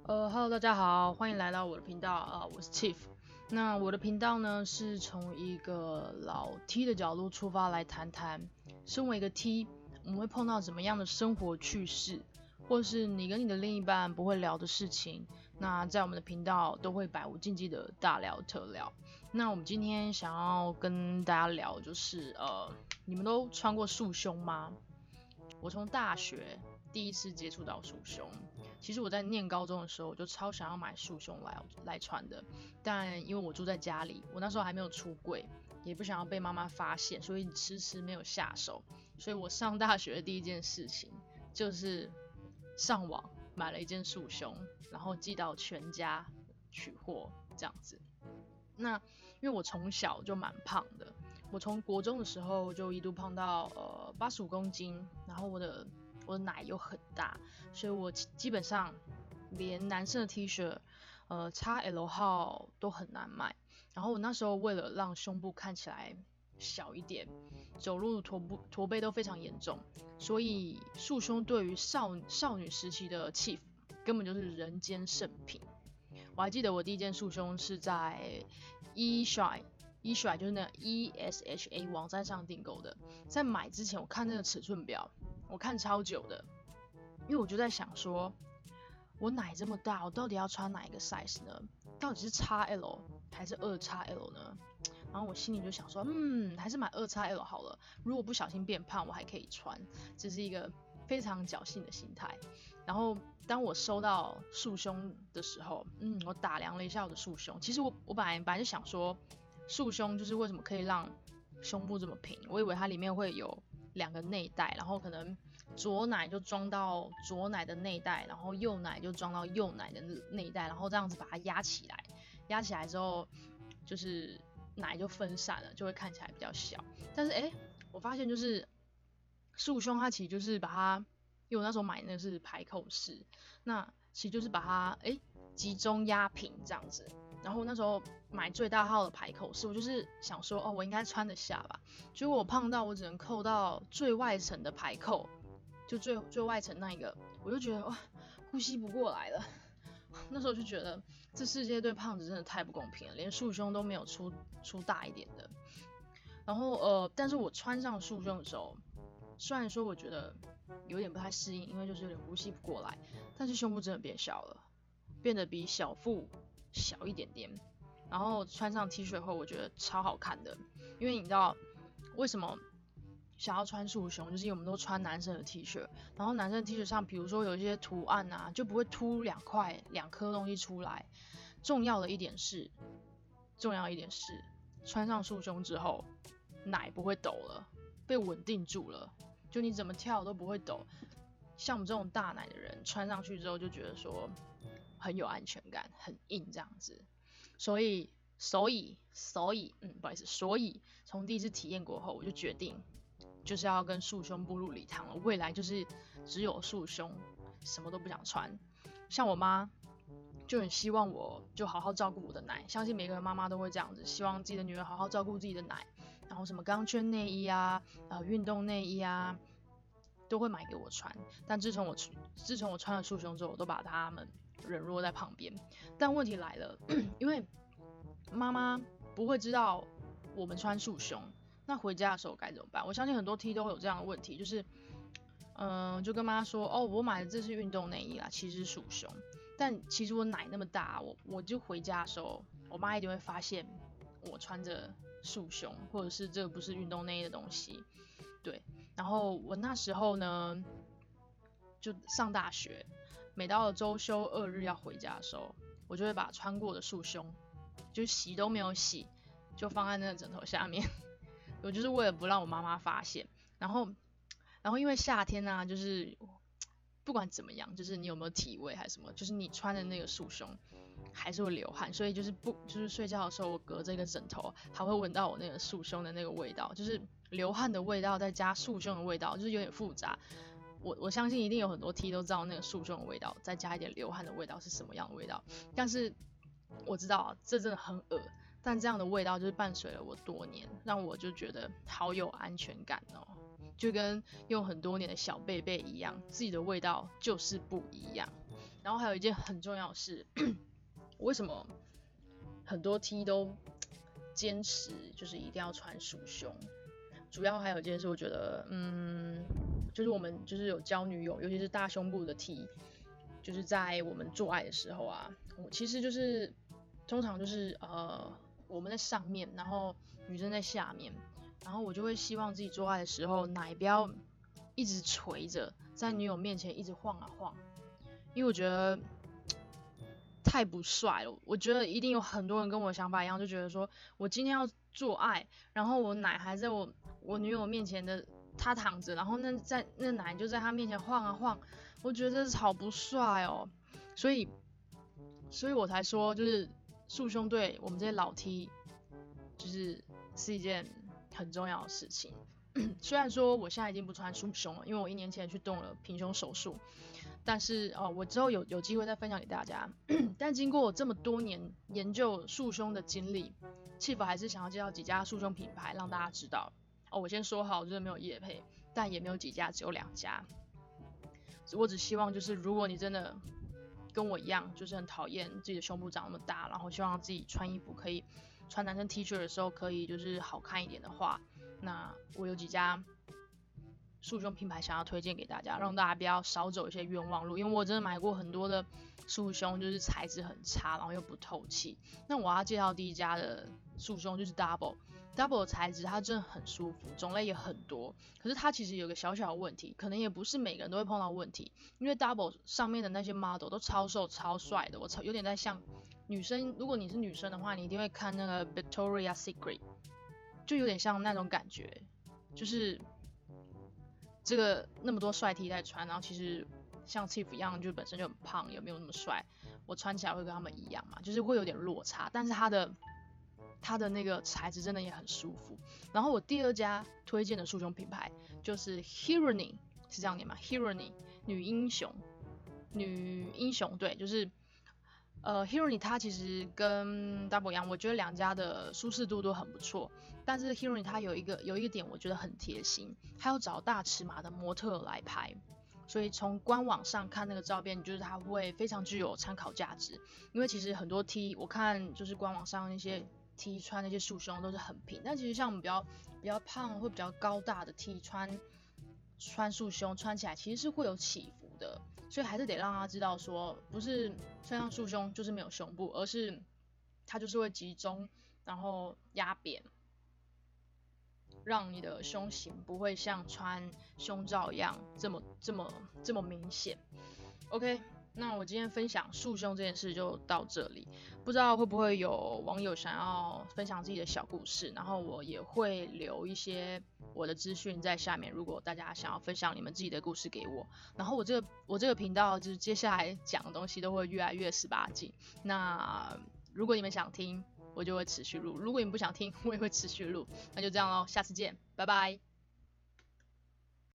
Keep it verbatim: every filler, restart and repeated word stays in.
呃，Hello，大家好，欢迎来到我的频道啊、呃我是 Chief。那我的频道呢，是从一个老 T 的角度出发来谈谈，身为一个 T，我们会碰到怎么样的生活趣事，或是你跟你的另一半不会聊的事情。那在我们的频道都会百无禁忌的大聊特聊。那我们今天想要跟大家聊，就是呃，你们都穿过束胸吗？我从大学第一次接触到束胸，其实我在念高中的时候，我就超想要买束胸来来穿的，但因为我住在家里，我那时候还没有出柜，也不想要被妈妈发现，所以迟迟没有下手。所以我上大学的第一件事情就是上网买了一件束胸，然后寄到全家取货这样子。那因为我从小就蛮胖的，我从国中的时候就一度胖到呃八十五公斤，然后我的我的奶又很大，所以我基本上连男生的 T 恤，呃 X L 号都很难买。然后我那时候为了让胸部看起来小一点，走路驼步驼背都非常严重，所以束胸对于少少女时期的 Chief 根本就是人间圣品。我还记得我第一件束胸是在 e s h i e s h i 就是那个 E S H A 网站上订购的。在买之前，我看那个尺寸表，我看超久的，因为我就在想说，我奶这么大，我到底要穿哪一个 size 呢？到底是 X L 还是 二 X L 呢？然后我心里就想说，嗯，还是买 二 X L 好了。如果不小心变胖，我还可以穿。这是一个非常侥幸的心态。然后当我收到束胸的时候，嗯，我打量了一下我的束胸。其实我我本来本来就想说，束胸就是为什么可以让胸部这么平？我以为它里面会有两个内袋，然后可能左奶就装到左奶的内袋，然后右奶就装到右奶的内袋，然后这样子把它压起来。压起来之后，就是奶就分散了，就会看起来比较小。但是哎，我发现就是束胸它其实就是把它，因为我那时候买那个是排扣式，那其实就是把它哎集中压平这样子。然后那时候买最大号的排扣式，我就是想说哦，我应该穿得下吧。结果我胖到我只能扣到最外层的排扣，就最最外层那一个，我就觉得哇，呼吸不过来了。那时候就觉得这世界对胖子真的太不公平了，连束胸都没有出出大一点的。然后呃，但是我穿上束胸的时候，虽然说我觉得有点不太适应，因为就是有点呼吸不过来，但是胸部真的变小了，变得比小腹小一点点。然后穿上 T 恤后，我觉得超好看的，因为你知道为什么想要穿束胸，就是因为我们都穿男生的 T 恤，然后男生的 T 恤上，比如说有一些图案啊，就不会凸两块两颗东西出来。重要的一点是，重要一点是，穿上束胸之后，奶不会抖了，被稳定住了，就你怎么跳都不会抖。像我们这种大奶的人，穿上去之后就觉得说很有安全感，很硬这样子。所以，所以，所以，嗯，不好意思，所以从第一次体验过后，我就决定就是要跟束胸步入礼堂了。未来就是只有束胸，什么都不想穿。像我妈就很希望我就好好照顾我的奶，相信每个人妈妈都会这样子，希望自己的女儿好好照顾自己的奶。然后什么钢圈内衣啊，呃，运动内衣啊，都会买给我穿。但自从我自从我穿了束胸之后，我都把它们冷落在旁边。但问题来了，因为妈妈不会知道我们穿束胸，那回家的时候该怎么办？我相信很多 T 都会有这样的问题，就是嗯、呃，就跟妈说，哦，我买的这是运动内衣啦，其实是束胸。但其实我奶那么大，我我就回家的时候，我妈一定会发现我穿着束胸，或者是这个不是运动内衣的东西。对，然后我那时候呢，就上大学，每到了周休二日要回家的时候，我就会把穿过的束胸，就洗都没有洗，就放在那个枕头下面。我就是为了不让我妈妈发现。然后，然后因为夏天呢、啊，就是不管怎么样，就是你有没有体味还是什么，就是你穿的那个束胸还是会流汗，所以就是不就是睡觉的时候，我隔着一个枕头，还会闻到我那个束胸的那个味道，就是流汗的味道再加束胸的味道，就是有点复杂。我我相信一定有很多 T 都知道那个束胸的味道，再加一点流汗的味道是什么样的味道。但是我知道这真的很恶，但这样的味道就是伴随了我多年，让我就觉得好有安全感哦。 就跟用很多年的小贝贝一样，自己的味道就是不一样。然后还有一件很重要的事，为什么很多 T 都坚持就是一定要穿束胸？主要还有一件事，我觉得，嗯，就是我们就是有交女友，尤其是大胸部的 T， 就是在我们做爱的时候啊，我其实就是通常就是呃我们在上面，然后女生在下面，然后我就会希望自己做爱的时候奶不要一直垂着，在女友面前一直晃啊晃，因为我觉得太不帅了。我觉得一定有很多人跟我的想法一样，就觉得说我今天要做爱，然后我奶还在我我女友面前的，她躺着，然后那在那奶就在她面前晃啊晃，我觉得这好不帅哦。所以，所以我才说，就是束胸对我们这些老 T，就是是一件很重要的事情。虽然说我现在已经不穿束胸了，因为我一年前去动了平胸手术，但是哦，我之后有有机会再分享给大家。但经过我这么多年研究束胸的经历，Chief 还是想要介绍几家束胸品牌让大家知道。哦，我先说好，就是没有业配，但也没有几家，只有两家。我只希望就是如果你真的跟我一样，就是很讨厌自己的胸部长那么大，然后希望自己穿衣服可以穿男生 T 恤的时候可以就是好看一点的话，那我有几家束胸品牌想要推荐给大家，让大家不要少走一些冤枉路。因为我真的买过很多的束胸，就是材质很差，然后又不透气。那我要介绍第一家的束胸就是 Double。Double 的材质它真的很舒服，种类也很多，可是它其实有个小小的问题，可能也不是每个人都会碰到问题，因为 Double 上面的那些 model 都超瘦超帅的，我超有点在像女生，如果你是女生的话，你一定会看那个 Victoria Secret， 就有点像那种感觉，就是这个那么多帅 T 在穿，然后其实像 Chief 一样，就本身就很胖，也没有那么帅，我穿起来会跟他们一样嘛，就是会有点落差，但是它的它的那个材质真的也很舒服。然后我第二家推荐的束胸品牌就是 Hironi， 是这样念吗 ？Hironi 女英雄，女英雄对，就是呃 Hironi 它其实跟 Double 一样，我觉得两家的舒适度都很不错。但是 Hironi 它有一个有一个点我觉得很贴心，它要找大尺码的模特来拍。所以从官网上看那个照片，就是它会非常具有参考价值。因为其实很多 T， 我看就是官网上那些 T 穿那些束胸都是很平，但其实像我们比较比较胖或比较高大的 T 穿穿束胸穿起来其实是会有起伏的，所以还是得让他知道说，不是穿上束胸就是没有胸部，而是它就是会集中，然后压扁，让你的胸型不会像穿胸罩一样这么这么这么明显。OK， 那我今天分享束胸这件事就到这里，不知道会不会有网友想要分享自己的小故事，然后我也会留一些我的资讯在下面，如果大家想要分享你们自己的故事给我，然后我这个我这个频道就是接下来讲的东西都会越来越十八禁，那如果你们想听，我就会持续录；如果你们不想听，我也会持续录。那就这样咯，下次见，拜拜。